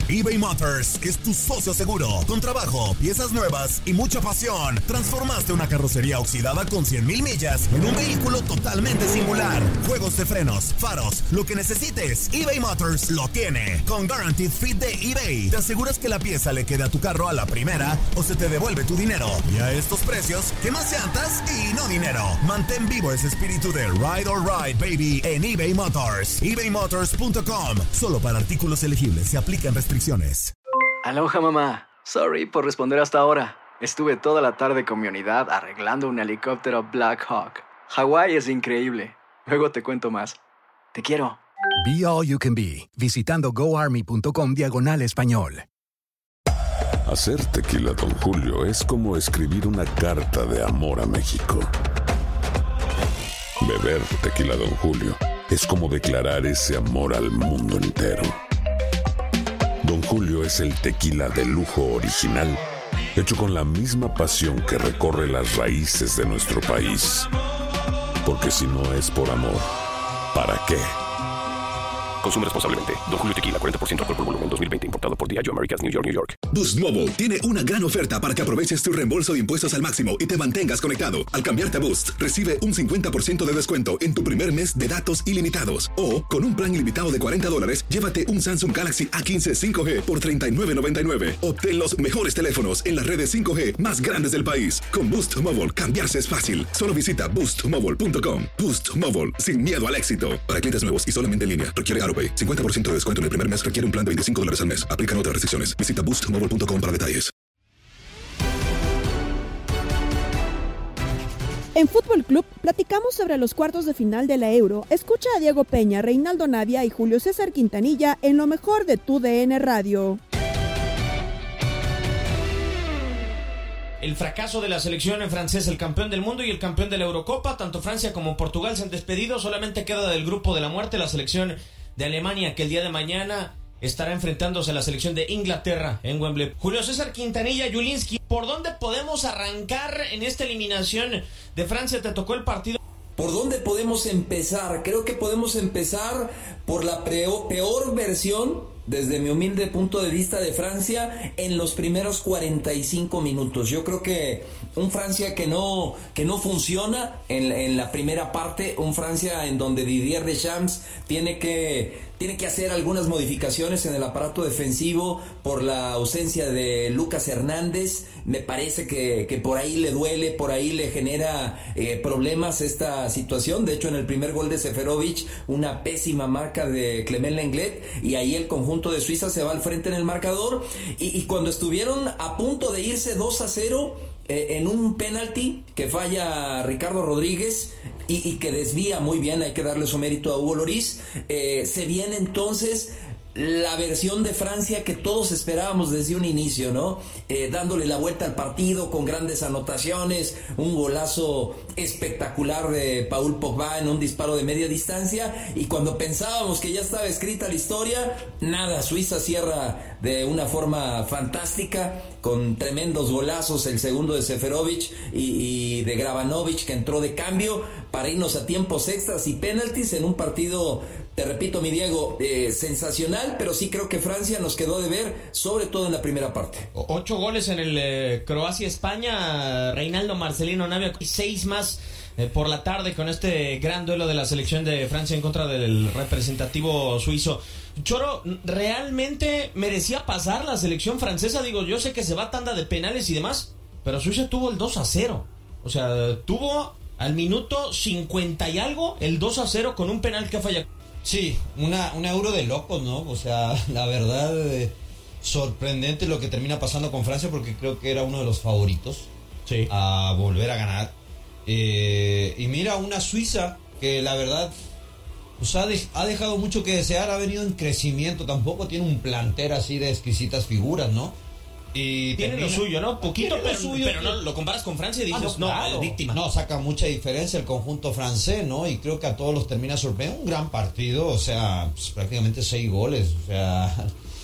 eBay Motors es tu socio seguro. Con trabajo, piezas nuevas y mucha pasión, transformaste una carrocería oxidada con 100,000 millas en un vehículo totalmente singular. Juegos de frenos, faros, lo que necesites, eBay Motors lo tiene. Con Guaranteed Fit de eBay, te aseguras que la pieza le quede a tu carro a la primera o se te devuelve tu dinero. Y a estos precios, ¿qué más llantas y no dinero? Mantén vivo ese espíritu de Ride or Ride, baby, en eBay Motors. ebaymotors.com. Solo para artículos elegibles se aplican restricciones. Aloha, mamá. Sorry por responder hasta ahora. Estuve toda la tarde con mi unidad arreglando un helicóptero Black Hawk. Hawái es increíble. Luego te cuento más. Te quiero. Be All You Can Be, visitando goarmy.com/español. Hacer tequila Don Julio es como escribir una carta de amor a México. Beber tequila Don Julio es como declarar ese amor al mundo entero. Don Julio es el tequila de lujo original, hecho con la misma pasión que recorre las raíces de nuestro país. Porque si no es por amor, ¿para qué? Consume responsablemente. Don Julio Tequila, 40% alcohol por volumen, 2020. Importado por Diageo Americas, New York, New York. Boost Mobile tiene una gran oferta para que aproveches tu reembolso de impuestos al máximo y te mantengas conectado. Al cambiarte a Boost, recibe un 50% de descuento en tu primer mes de datos ilimitados. O, con un plan ilimitado de $40, llévate un Samsung Galaxy A15 5G por $39.99. Obtén los mejores teléfonos en las redes 5G más grandes del país. Con Boost Mobile, cambiarse es fácil. Solo visita boostmobile.com. Boost Mobile, sin miedo al éxito. Para clientes nuevos y solamente en línea, requiere AroPay. 50% de descuento en el primer mes requiere un plan de $25 al mes. Aplican otras restricciones. Visita boostmobile.com para detalles. En Fútbol Club platicamos sobre los cuartos de final de la Euro. Escucha a Diego Peña, Reinaldo Navia y Julio César Quintanilla en lo mejor de tu DN Radio. El fracaso de la selección francesa, el campeón del mundo y el campeón de la Eurocopa, tanto Francia como Portugal se han despedido. Solamente queda del grupo de la muerte la selección de Alemania, que el día de mañana estará enfrentándose a la selección de Inglaterra en Wembley. Julio César Quintanilla, Julinski, ¿por dónde podemos arrancar en esta eliminación de Francia? ¿Te tocó el partido? ¿Por dónde podemos empezar? Creo que podemos empezar por la peor versión, desde mi humilde punto de vista, de Francia en los primeros 45 minutos. Yo creo que un Francia que no funciona en la primera parte, un Francia en donde Didier Deschamps tiene que hacer algunas modificaciones en el aparato defensivo por la ausencia de Lucas Hernández. Me parece que por ahí le duele, por ahí le genera problemas esta situación. De hecho, en el primer gol de Seferovic, una pésima marca de Clement Lenglet, y ahí el conjunto de Suiza se va al frente en el marcador, y cuando estuvieron a punto de irse 2-0 en un penalti que falla Ricardo Rodríguez y que desvía muy bien, hay que darle su mérito a Hugo Lloris, se viene entonces la versión de Francia que todos esperábamos desde un inicio, ¿no? Dándole la vuelta al partido con grandes anotaciones, un golazo espectacular de Paul Pogba en un disparo de media distancia, y cuando pensábamos que ya estaba escrita la historia, nada, Suiza cierra de una forma fantástica, con tremendos golazos, el segundo de Seferovic y de Gravanovic, que entró de cambio para irnos a tiempos extras y penaltis en un partido, te repito, mi Diego, sensacional, pero sí creo que Francia nos quedó de ver, sobre todo en la primera parte. 8 goles en el Croacia-España, Reinaldo, Marcelino Navia, y 6 más por la tarde con este gran duelo de la selección de Francia en contra del representativo suizo. Choro, ¿realmente merecía pasar la selección francesa? Digo, yo sé que se va a tanda de penales y demás, pero Suiza tuvo el 2-0. O sea, tuvo al minuto 50 y algo el 2-0 con un penal que falla. Sí, una Euro de locos, ¿no? O sea, la verdad, sorprendente lo que termina pasando con Francia, porque creo que era uno de los favoritos a volver a ganar. Y mira, una Suiza que la verdad pues ha dejado mucho que desear, ha venido en crecimiento, tampoco tiene un plantel así de exquisitas figuras, ¿no? Y tiene lo suyo, ¿no? Poquito, pero no lo comparas con Francia y dices, claro. Víctima. No, saca mucha diferencia el conjunto francés, ¿no? Y creo que a todos los termina sorprendiendo. Un gran partido, o sea, pues, prácticamente 6 goles, o sea...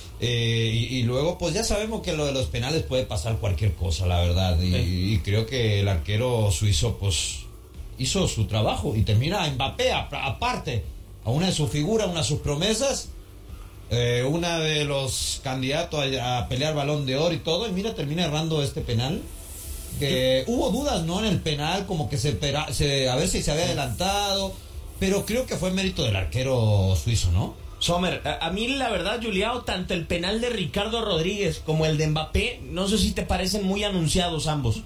y luego, pues ya sabemos que lo de los penales puede pasar cualquier cosa, la verdad. Y creo que el arquero suizo, pues, hizo su trabajo. Y termina Mbappé, aparte, a una de sus figuras, una de sus promesas... una de los candidatos a pelear Balón de Oro y todo, y mira, termina errando este penal. Hubo dudas, ¿no? En el penal, como que a ver si se había adelantado, pero creo que fue mérito del arquero suizo, ¿no? Sommer, a mí la verdad, Juliao, tanto el penal de Ricardo Rodríguez como el de Mbappé, no sé si te parecen muy anunciados ambos.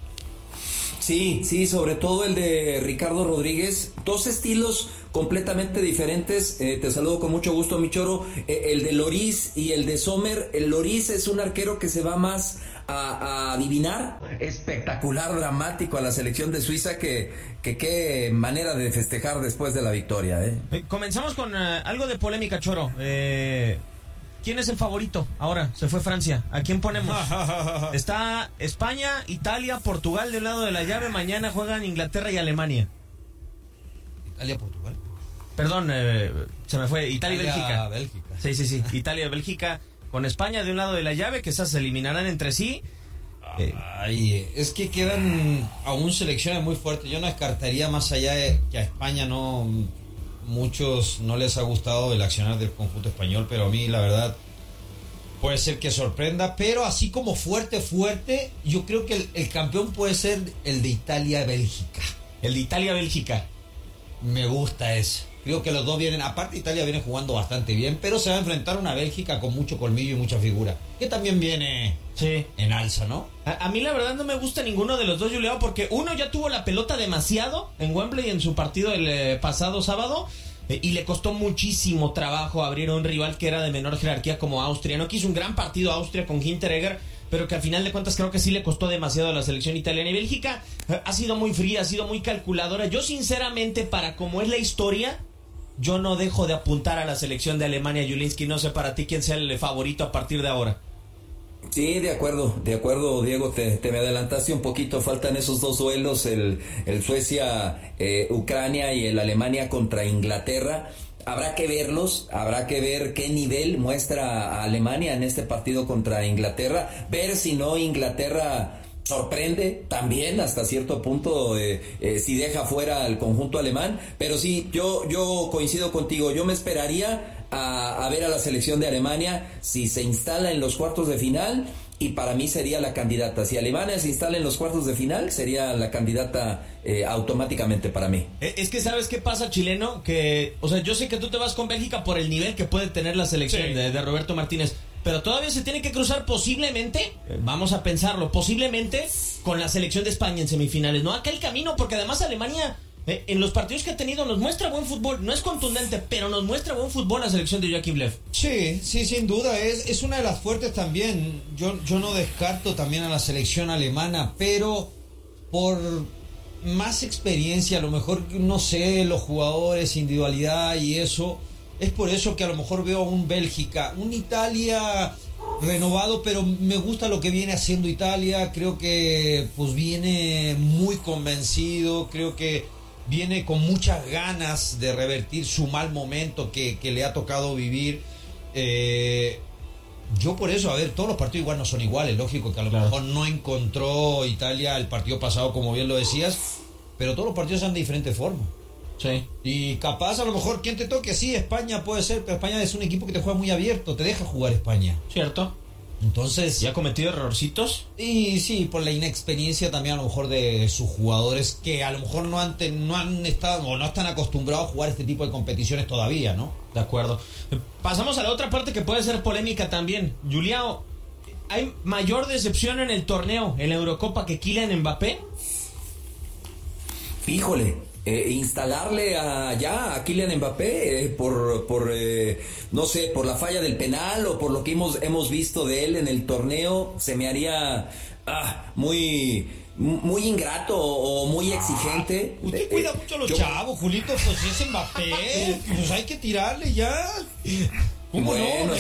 Sí, sobre todo el de Ricardo Rodríguez, dos estilos completamente diferentes. Te saludo con mucho gusto, mi Choro. El de Lloris y el de Sommer. El Lloris es un arquero que se va más a adivinar. Espectacular, dramático a la selección de Suiza, que qué manera de festejar después de la victoria. Comenzamos con algo de polémica, Choro. ¿Quién es el favorito? Ahora, se fue Francia. ¿A quién ponemos? Está España, Italia, Portugal de un lado de la llave. Mañana juegan Inglaterra y Alemania. ¿Italia-Portugal? Perdón, se me fue. Italia y Bélgica. Bélgica. Sí. Italia y Bélgica con España de un lado de la llave, que esas se eliminarán entre sí. Es que quedan aún selecciones muy fuertes. Yo no descartaría, más allá de que a España muchos no les ha gustado el accionar del conjunto español, pero a mí la verdad puede ser que sorprenda, pero así como fuerte, yo creo que el campeón puede ser el de Italia-Bélgica. El de Italia-Bélgica. Me gusta eso. Creo que los dos vienen, aparte Italia viene jugando bastante bien, pero se va a enfrentar a una Bélgica con mucho colmillo y mucha figura, que también viene en alza, ¿no? A mí la verdad no me gusta ninguno de los dos, Julián, porque uno ya tuvo la pelota demasiado en Wembley en su partido el pasado sábado, y le costó muchísimo trabajo abrir a un rival que era de menor jerarquía como Austria. No quiso un gran partido Austria con Hinteregger, pero que al final de cuentas creo que sí le costó demasiado a la selección italiana. Y Bélgica ha sido muy fría, ha sido muy calculadora. Yo sinceramente, para como es la historia, yo no dejo de apuntar a la selección de Alemania, Julinski. No sé para ti quién sea el favorito a partir de ahora. Sí, de acuerdo, Diego, te me adelantaste un poquito. Faltan esos dos duelos, el Suecia, Ucrania, y el Alemania contra Inglaterra. Habrá que verlos, habrá que ver qué nivel muestra a Alemania en este partido contra Inglaterra, ver si no Inglaterra sorprende también hasta cierto punto, si deja fuera al conjunto alemán. Pero sí, yo coincido contigo, yo me esperaría a ver a la selección de Alemania si se instala en los cuartos de final, y para mí sería la candidata. Si Alemania se instala en los cuartos de final, sería la candidata automáticamente para mí. Es que ¿sabes qué pasa, chileno? Que, o sea, yo sé que tú te vas con Bélgica por el nivel que puede tener la selección de Roberto Martínez, pero todavía se tiene que cruzar posiblemente, vamos a pensarlo, posiblemente con la selección de España en semifinales, ¿no? Acá el camino, porque además Alemania, en los partidos que ha tenido, nos muestra buen fútbol. No es contundente, pero nos muestra buen fútbol la selección de Joachim Löw. Sí, sin duda, es una de las fuertes también. Yo no descarto también a la selección alemana, pero por más experiencia, a lo mejor, no sé, los jugadores, individualidad y eso, es por eso que a lo mejor veo un Bélgica, un Italia renovado, pero me gusta lo que viene haciendo Italia. Creo que pues viene muy convencido, creo que viene con muchas ganas de revertir su mal momento que le ha tocado vivir. Yo por eso, a ver, todos los partidos igual no son iguales, lógico que a lo mejor no encontró Italia el partido pasado, como bien lo decías, pero todos los partidos son de diferente forma. Sí. Y capaz a lo mejor quien te toque, sí, España puede ser, pero España es un equipo que te juega muy abierto, te deja jugar España. Cierto. Entonces, ¿ya ha cometido errorcitos? Y sí, por la inexperiencia también a lo mejor de sus jugadores, que a lo mejor no han estado o no están acostumbrados a jugar este tipo de competiciones todavía, ¿no? De acuerdo. Pasamos a la otra parte que puede ser polémica también. Juliao, ¿hay mayor decepción en el torneo, en la Eurocopa, que Kylian Mbappé? Híjole, instalarle a Kylian Mbappé por no sé, por la falla del penal o por lo que hemos visto de él en el torneo, se me haría muy ingrato o muy exigente. Usted cuida mucho a los chavos, Julito, pues si es Mbappé, pues hay que tirarle ya. Bueno,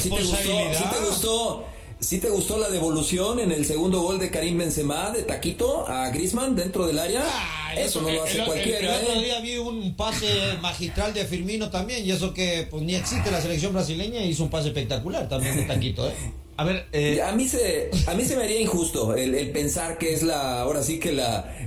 ¿sí te gustó la devolución en el segundo gol de Karim Benzema de taquito a Griezmann dentro del área? Eso no lo hace cualquiera. El otro día vi un pase magistral de Firmino también, y eso que pues ni existe la selección brasileña, hizo un pase espectacular también de taquito, A ver, a mí se me haría injusto el pensar que es ahora sí que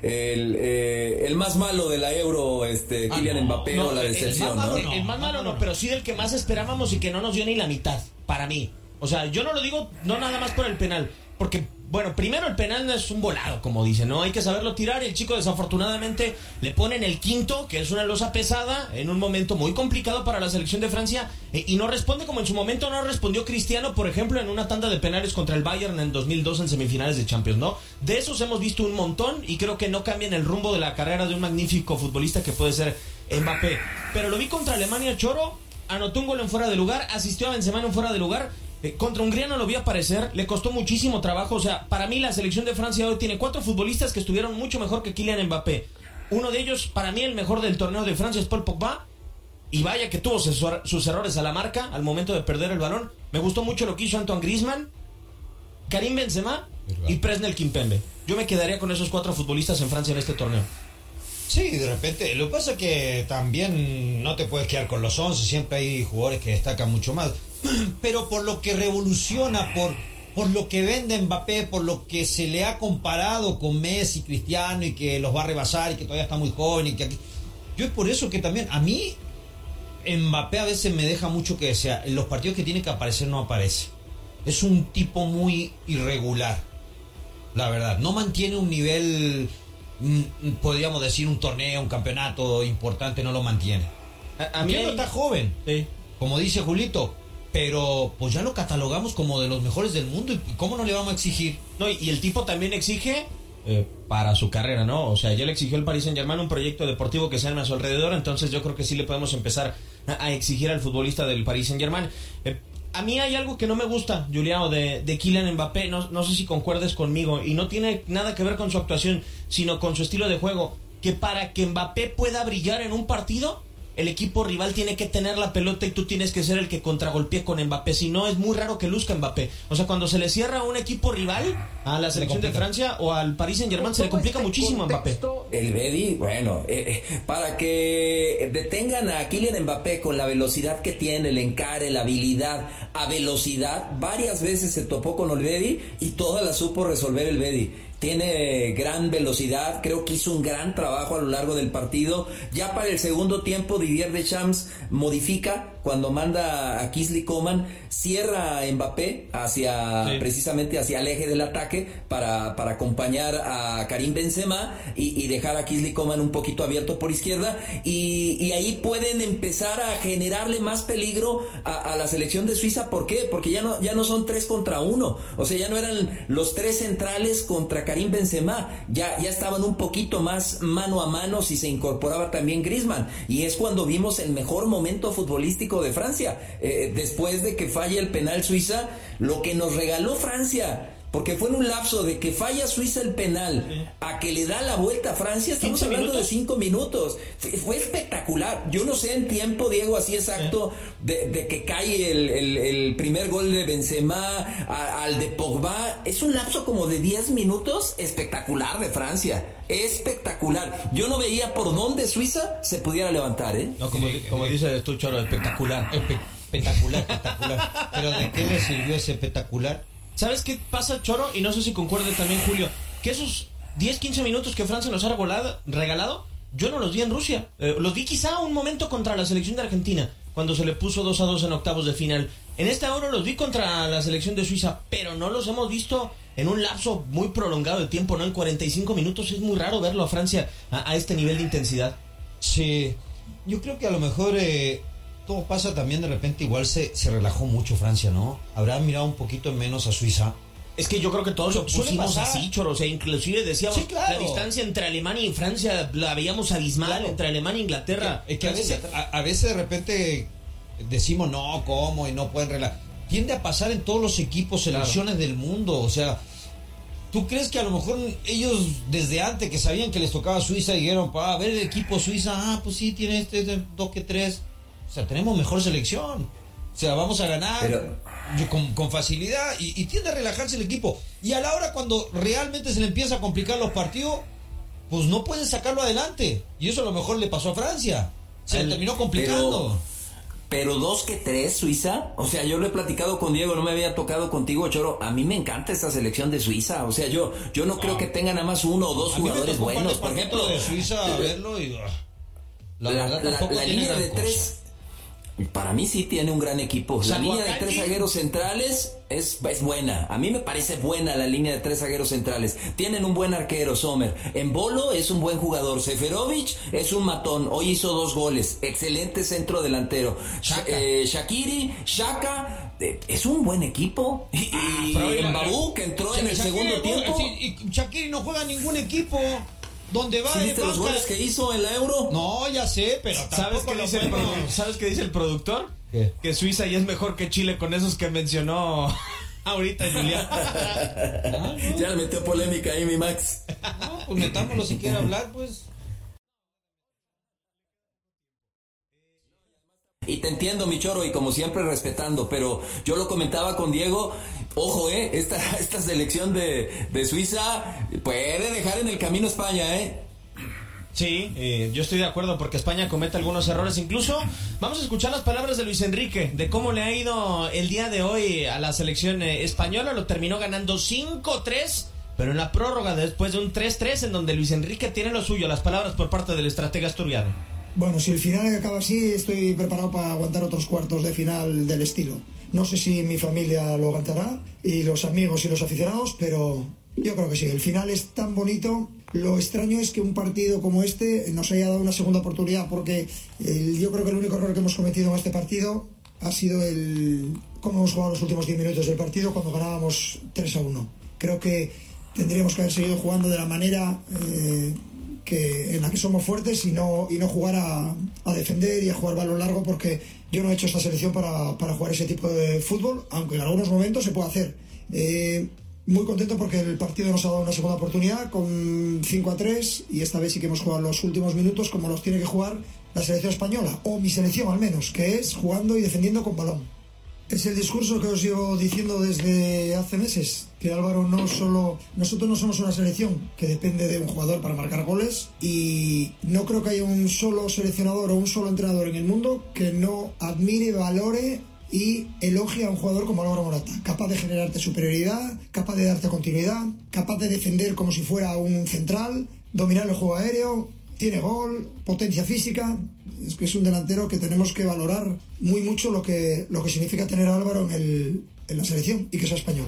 el más malo de la Euro, Kylian Mbappé, o la decepción, el más malo no, pero sí del que más esperábamos y que no nos dio ni la mitad, para mí. O sea, yo no lo digo, no nada más por el penal, porque, bueno, primero el penal no es un volado, como dicen, ¿no? Hay que saberlo tirar, y el chico desafortunadamente le ponen el quinto, que es una losa pesada, en un momento muy complicado para la selección de Francia, y no responde como en su momento no respondió Cristiano, por ejemplo, en una tanda de penales contra el Bayern en 2002 en semifinales de Champions, ¿no? De esos hemos visto un montón, y creo que no cambian el rumbo de la carrera de un magnífico futbolista que puede ser Mbappé. Pero lo vi contra Alemania, Choro, anotó un gol en fuera de lugar, asistió a Benzema en fuera de lugar. Contra Hungría no lo vi aparecer, le costó muchísimo trabajo. O sea, para mí la selección de Francia hoy tiene 4 futbolistas que estuvieron mucho mejor que Kylian Mbappé. Uno de ellos, para mí el mejor del torneo de Francia, es Paul Pogba. Y vaya que tuvo sus errores a la marca al momento de perder el balón. Me gustó mucho lo que hizo Antoine Griezmann, Karim Benzema y Presnel Kimpembe. Yo me quedaría con esos 4 futbolistas en Francia en este torneo. Sí, de repente, lo que pasa es que también no te puedes quedar con los 11, siempre hay jugadores que destacan mucho más, pero por lo que revoluciona, por lo que vende Mbappé, por lo que se le ha comparado con Messi, Cristiano, y que los va a rebasar y que todavía está muy joven, y que aquí... Yo es por eso que también, a mí, Mbappé a veces me deja mucho que desear. En los partidos que tiene que aparecer no aparece. Es un tipo muy irregular, la verdad. No mantiene un nivel... podríamos decir un torneo, un campeonato importante, no lo mantiene. A mí no está joven, sí, como dice Julito, pero pues ya lo catalogamos como de los mejores del mundo, y ¿cómo no le vamos a exigir? No, y el tipo también exige para su carrera, ¿no? O sea, ya le exigió el Paris Saint-Germain un proyecto deportivo que se arme a su alrededor, entonces yo creo que sí le podemos empezar a exigir al futbolista del Paris Saint-Germain. A mí hay algo que no me gusta, Julián, de Kylian Mbappé, no sé si concuerdes conmigo, y no tiene nada que ver con su actuación, sino con su estilo de juego, que para que Mbappé pueda brillar en un partido, el equipo rival tiene que tener la pelota y tú tienes que ser el que contragolpee con Mbappé, si no es muy raro que luzca Mbappé. O sea, cuando se le cierra a un equipo rival, a la selección de Francia o al Paris Saint-Germain, se le complica muchísimo a Mbappé. El Bedi, bueno, para que detengan a Kylian Mbappé con la velocidad que tiene, el encare, la habilidad a velocidad, varias veces se topó con el Bedi y todas las supo resolver el Bedi. Tiene gran velocidad, creo que hizo un gran trabajo a lo largo del partido. Ya para el segundo tiempo, Didier Deschamps modifica cuando manda a Kingsley Coman, cierra a Mbappé precisamente hacia el eje del ataque para acompañar a Karim Benzema y dejar a Kingsley Coman un poquito abierto por izquierda, y ahí pueden empezar a generarle más peligro a la selección de Suiza. ¿Por qué? Porque ya no son 3 contra 1, o sea, ya no eran los 3 centrales contra Karim Benzema, ya estaban un poquito más mano a mano si se incorporaba también Griezmann, y es cuando vimos el mejor momento futbolístico de Francia, después de que falla el penal Suiza, lo que nos regaló Francia, porque fue en un lapso de que falla Suiza el penal a que le da la vuelta a Francia, estamos hablando de 5 minutos. Fue espectacular. Yo no sé en tiempo, Diego, así exacto, de que cae el primer gol de Benzema al de Pogba. Es un lapso como de 10 minutos espectacular de Francia. Espectacular. Yo no veía por dónde Suiza se pudiera levantar, ¿eh? No, como dice tú, Choro, espectacular. Espectacular. Pero ¿de qué le sirvió ese espectacular? ¿Sabes qué pasa, Choro? Y no sé si concuerde también, Julio, que esos 10-15 minutos que Francia nos ha regalado, yo no los vi en Rusia. Los vi quizá un momento contra la selección de Argentina, cuando se le puso 2-2 en octavos de final. En esta Euro los vi contra la selección de Suiza, pero no los hemos visto en un lapso muy prolongado de tiempo, ¿no? En 45 minutos es muy raro verlo a Francia a este nivel de intensidad. Sí, yo creo que a lo mejor... todo pasa también, de repente igual se relajó mucho Francia, ¿no? Habrá mirado un poquito menos a Suiza. Es que yo creo que todos lo pusimos así, Choro. O sea, inclusive decíamos, sí, claro, la distancia entre Alemania y Francia la veíamos abismal, claro, entre Alemania e Inglaterra. Es que a veces de repente decimos, no, ¿cómo? Y no pueden relajar. Tiende a pasar en todos los equipos, selecciones, claro, del mundo. O sea, ¿tú crees que a lo mejor ellos desde antes que sabían que les tocaba Suiza dijeron, a ver el equipo Suiza, pues sí, tiene 2 que 3... O sea, tenemos mejor selección. O sea, vamos a ganar con facilidad y tiende a relajarse el equipo. Y a la hora cuando realmente se le empieza a complicar los partidos, pues no pueden sacarlo adelante. Y eso a lo mejor le pasó a Francia. Se le terminó complicando. pero 2 que 3 Suiza. O sea, yo lo he platicado con Diego, no me había tocado contigo, Choro. A mí me encanta esta selección de Suiza. O sea, yo no creo que tengan nada más 1 o 2 jugadores buenos. Por ejemplo, de Suiza a verlo y la línea de 3 para mí sí tiene un gran equipo. La línea de 3 zagueros centrales es buena. A mí me parece buena la línea de 3 zagueros centrales. Tienen un buen arquero, Sommer. Embolo es un buen jugador. Seferovic es un matón. Hoy hizo 2 goles. Excelente centro delantero. Shaqiri, Xhaka, es un buen equipo. Y Mbabu, que entró en el segundo tiempo. Y Shaqiri no juega en ningún equipo. ¿Dónde va? ¿Sí viste los goles que hizo en la Euro? No, ya sé, pero ¿Sabes qué dice el productor? ¿Qué? Que Suiza ya es mejor que Chile con esos que mencionó ahorita Julián. Ya le metió polémica ahí mi Max. No, pues metámoslo si quiere hablar, pues. Y te entiendo, mi Choro, y como siempre respetando, pero yo lo comentaba con Diego, ojo, esta selección de Suiza puede dejar en el camino a España, Sí, yo estoy de acuerdo porque España comete algunos errores. Incluso vamos a escuchar las palabras de Luis Enrique, de cómo le ha ido el día de hoy a la selección española. Lo terminó ganando 5-3, pero en la prórroga después de un 3-3 en donde Luis Enrique tiene lo suyo. Las palabras por parte del estratega asturiano. Bueno, si el final acaba así, estoy preparado para aguantar otros cuartos de final del estilo. No sé si mi familia lo aguantará, y los amigos y los aficionados, pero yo creo que sí. El final es tan bonito. Lo extraño es que un partido como este nos haya dado una segunda oportunidad, porque yo creo que el único error que hemos cometido en este partido ha sido cómo hemos jugado los últimos 10 minutos del partido cuando ganábamos 3-1. Creo que tendríamos que haber seguido jugando de la manera en la que somos fuertes y no jugar a defender y a jugar balón largo, porque yo no he hecho esta selección para jugar ese tipo de fútbol, aunque en algunos momentos se puede hacer. Muy contento porque el partido nos ha dado una segunda oportunidad con 5-3, y esta vez sí que hemos jugado los últimos minutos como los tiene que jugar la selección española, o mi selección al menos, que es jugando y defendiendo con balón. Es el discurso que os llevo diciendo desde hace meses, que Álvaro nosotros no somos una selección que depende de un jugador para marcar goles, y no creo que haya un solo seleccionador o un solo entrenador en el mundo que no admire, valore y elogie a un jugador como Álvaro Morata, capaz de generarte superioridad, capaz de darte continuidad, capaz de defender como si fuera un central, dominar el juego aéreo, tiene gol, potencia física. Es que es un delantero que tenemos que valorar muy mucho lo que significa tener a Álvaro en la selección y que sea español.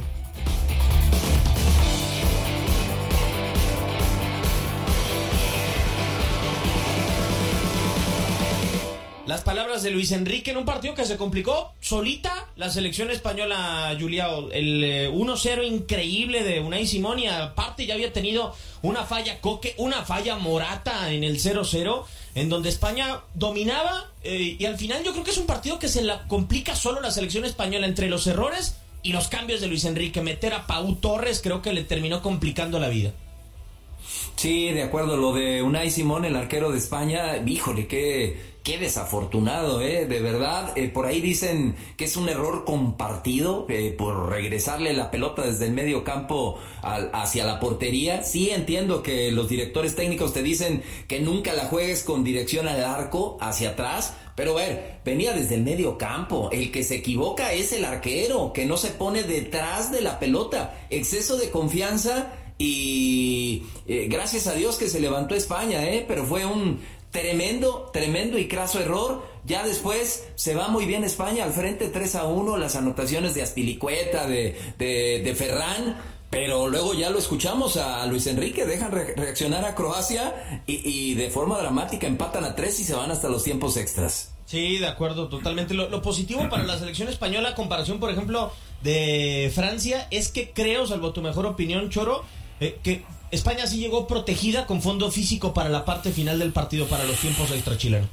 Las palabras de Luis Enrique en un partido que se complicó solita la selección española, Juliao. El 1-0 increíble de Unai Simón, y aparte ya había tenido una falla Coque, una falla Morata en el 0-0, en donde España dominaba, y al final yo creo que es un partido que se la complica solo la selección española entre los errores y los cambios de Luis Enrique. Meter a Pau Torres creo que le terminó complicando la vida. Sí, de acuerdo. Lo de Unai Simón, el arquero de España, híjole, qué desafortunado, de verdad. Por ahí dicen que es un error compartido por regresarle la pelota desde el medio campo hacia la portería. Sí, entiendo que los directores técnicos te dicen que nunca la juegues con dirección al arco, hacia atrás, pero a ver, venía desde el medio campo. El que se equivoca es el arquero, que no se pone detrás de la pelota. Exceso de confianza. Y gracias a Dios que se levantó España, pero fue un tremendo y craso error. Ya después se va muy bien España al frente, 3-1, las anotaciones de Azpilicueta, de Ferran, pero luego ya lo escuchamos a Luis Enrique, dejan reaccionar a Croacia y de forma dramática empatan a 3 y se van hasta los tiempos extras. Sí, de acuerdo, totalmente. Lo positivo para la selección española, a comparación, por ejemplo, de Francia, es que creo, salvo tu mejor opinión, Choro, que España sí llegó protegida con fondo físico para la parte final del partido, para los tiempos extra chilenos.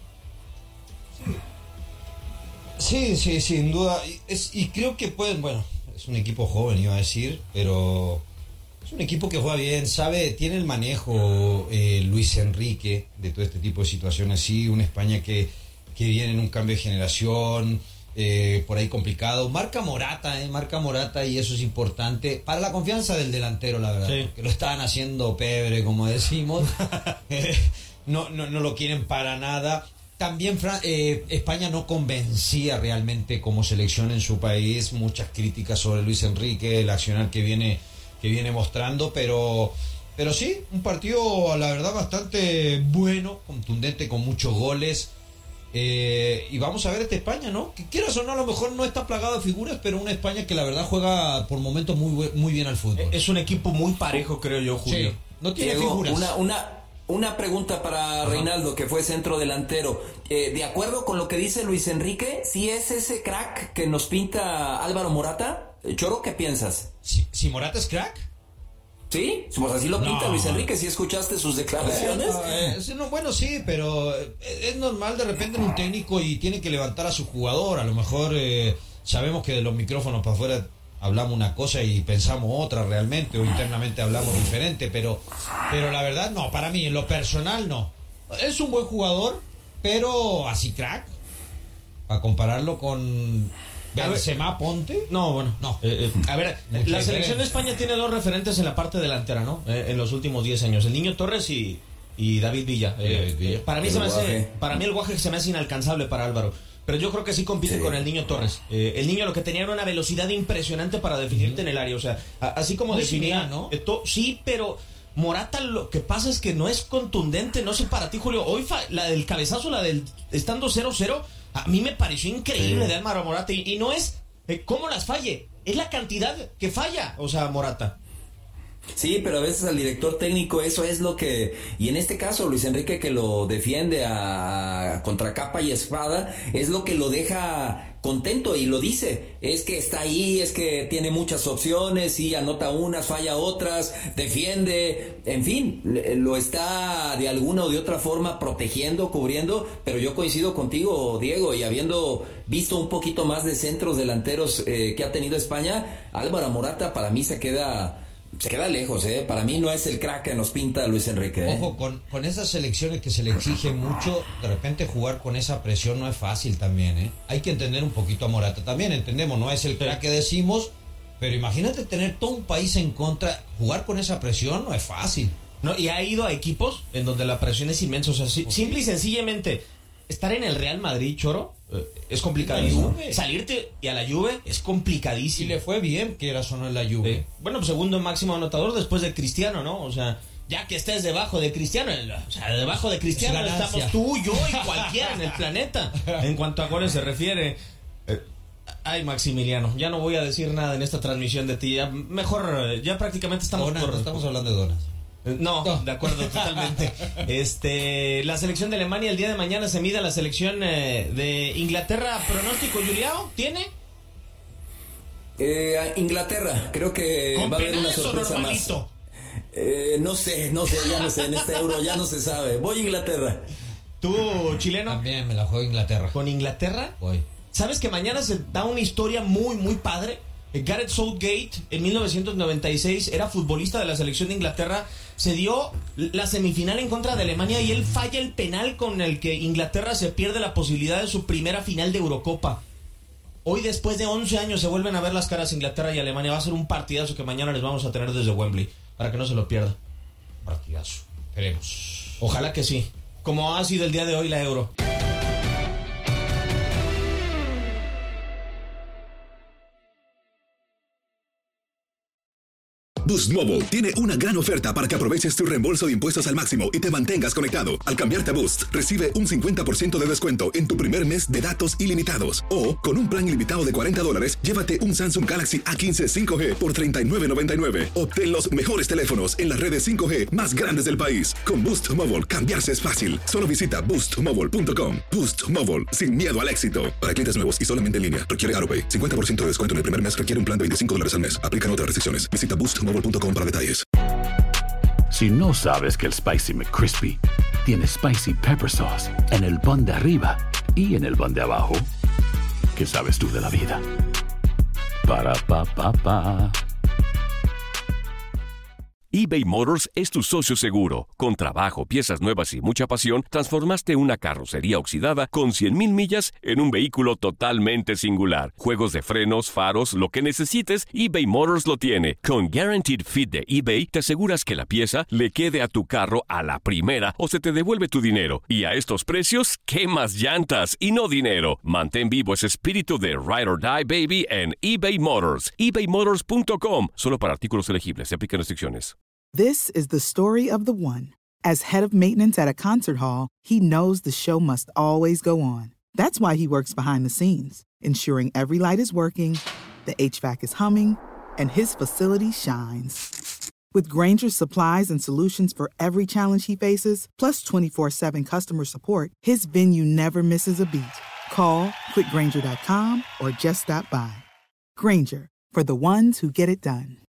Sí, sin duda. Y creo que es un equipo joven, iba a decir, pero es un equipo que juega bien, tiene el manejo Luis Enrique de todo este tipo de situaciones. Sí, una España que viene en un cambio de generación, por ahí complicado. Marca Morata, y eso es importante para la confianza del delantero, la verdad, sí. Que lo estaban haciendo pebre, como decimos. No lo quieren para nada. también España no convencía realmente como selección en su país. Muchas críticas sobre Luis Enrique, el accionar que viene mostrando, pero sí, un partido, la verdad, bastante bueno, contundente, con muchos goles. Y vamos a ver esta España, ¿no? Que quieras o no, a lo mejor no está plagado de figuras, pero una España que la verdad juega por momentos muy bien al fútbol. Es un equipo muy parejo, creo yo, Julio. Sí, no tiene Diego, figuras. Una pregunta para Reinaldo, que fue centro delantero. De acuerdo con lo que dice Luis Enrique, ¿sí es ese crack que nos pinta Álvaro Morata? Choro, ¿qué piensas? ¿Si Morata es crack? ¿Sí? Pues así lo pinta Luis Enrique. ¿Sí escuchaste sus declaraciones? Bueno, sí, pero es normal de repente en un técnico y tiene que levantar a su jugador. A lo mejor sabemos que de los micrófonos para afuera hablamos una cosa y pensamos otra realmente, o internamente hablamos diferente, pero la verdad no, para mí en lo personal no. Es un buen jugador, pero así crack, para compararlo con Benzema, Ponte. No, bueno, no. A ver, la selección de España tiene dos referentes en la parte delantera, ¿no? En los últimos 10 años, el Niño Torres y David Villa. Para mí el Guaje se me hace inalcanzable para Álvaro. Pero yo creo que sí compite con el Niño Torres. El Niño lo que tenía era una velocidad impresionante para definirte en el área. O sea, así como definía, ¿no? Sí, pero Morata lo que pasa es que no es contundente. No sé para ti, Julio. Hoy la del cabezazo, la del estando 0-0, a mí me pareció increíble de Álvaro Morata. Y no es cómo las falle, es la cantidad que falla, o sea, Morata. Sí, pero a veces al director técnico eso es lo que... Y en este caso Luis Enrique, que lo defiende a contra capa y espada, es lo que lo deja contento y lo dice. Es que está ahí, es que tiene muchas opciones y anota unas, falla otras, defiende, en fin, lo está de alguna o de otra forma protegiendo, cubriendo, pero yo coincido contigo, Diego, y habiendo visto un poquito más de centros delanteros que ha tenido España, Álvaro Morata para mí se queda lejos, Para mí no es el crack que nos pinta Luis Enrique. Ojo, con esas selecciones que se le exige mucho, de repente jugar con esa presión no es fácil también, Hay que entender un poquito a Morata. También entendemos, no es el crack que decimos, pero imagínate tener todo un país en contra, jugar con esa presión no es fácil. No, y ha ido a equipos en donde la presión es inmensa, o sea, simple y sencillamente estar en el Real Madrid, Choro, es complicadísimo. Salirte y a la Juve es complicadísimo. Y le fue bien que era solo en la Juve. Bueno, pues segundo máximo anotador después de Cristiano, ¿no? O sea, ya que estés debajo de Cristiano, o sea, debajo de Cristiano estamos tú, yo y cualquiera en el planeta. En cuanto a goles se refiere. Ay, Maximiliano, ya no voy a decir nada en esta transmisión de ti. Mejor, ya prácticamente estamos estamos hablando de donas. No, de acuerdo, totalmente. La selección de Alemania el día de mañana se mide a la selección de Inglaterra. ¿Pronóstico, Juliao? ¿Tiene? Inglaterra, creo que va a haber una sorpresa más. No sé, ya no sé, en este Euro ya no se sabe. Voy a Inglaterra. ¿Tú, chileno? También me la juego Inglaterra. ¿Con Inglaterra? Voy. ¿Sabes que mañana se da una historia muy, muy padre? Gareth Southgate en 1996 era futbolista de la selección de Inglaterra, se dio la semifinal en contra de Alemania y él falla el penal con el que Inglaterra se pierde la posibilidad de su primera final de Eurocopa. Hoy, después de 11 años, se vuelven a ver las caras Inglaterra y Alemania. Va a ser un partidazo que mañana les vamos a tener desde Wembley, para que no se lo pierdan. Partidazo, esperemos. Ojalá que sí, como ha sido el día de hoy la Euro. Boost Mobile tiene una gran oferta para que aproveches tu reembolso de impuestos al máximo y te mantengas conectado. Al cambiarte a Boost, recibe un 50% de descuento en tu primer mes de datos ilimitados. O, con un plan ilimitado de $40, llévate un Samsung Galaxy A15 5G por $39.99. Obtén los mejores teléfonos en las redes 5G más grandes del país. Con Boost Mobile, cambiarse es fácil. Solo visita boostmobile.com. Boost Mobile, sin miedo al éxito. Para clientes nuevos y solamente en línea, requiere AutoPay. 50% de descuento en el primer mes requiere un plan de $25 al mes. Aplican otras restricciones. Visita boostmobile.com para detalles. Si no sabes que el Spicy McCrispy tiene Spicy Pepper Sauce en el pan de arriba y en el pan de abajo, ¿qué sabes tú de la vida? Para, pa, pa, pa. eBay Motors es tu socio seguro. Con trabajo, piezas nuevas y mucha pasión, transformaste una carrocería oxidada con 100,000 millas en un vehículo totalmente singular. Juegos de frenos, faros, lo que necesites, eBay Motors lo tiene. Con Guaranteed Fit de eBay, te aseguras que la pieza le quede a tu carro a la primera o se te devuelve tu dinero. Y a estos precios, ¿qué más llantas y no dinero? Mantén vivo ese espíritu de Ride or Die, baby, en eBay Motors. ebaymotors.com. Solo para artículos elegibles. Se aplican restricciones. This is the story of the one. As head of maintenance at a concert hall, he knows the show must always go on. That's why he works behind the scenes, ensuring every light is working, the HVAC is humming, and his facility shines. With Grainger's supplies and solutions for every challenge he faces, plus 24/7 customer support, his venue never misses a beat. Call quickgrainger.com or just stop by. Grainger, for the ones who get it done.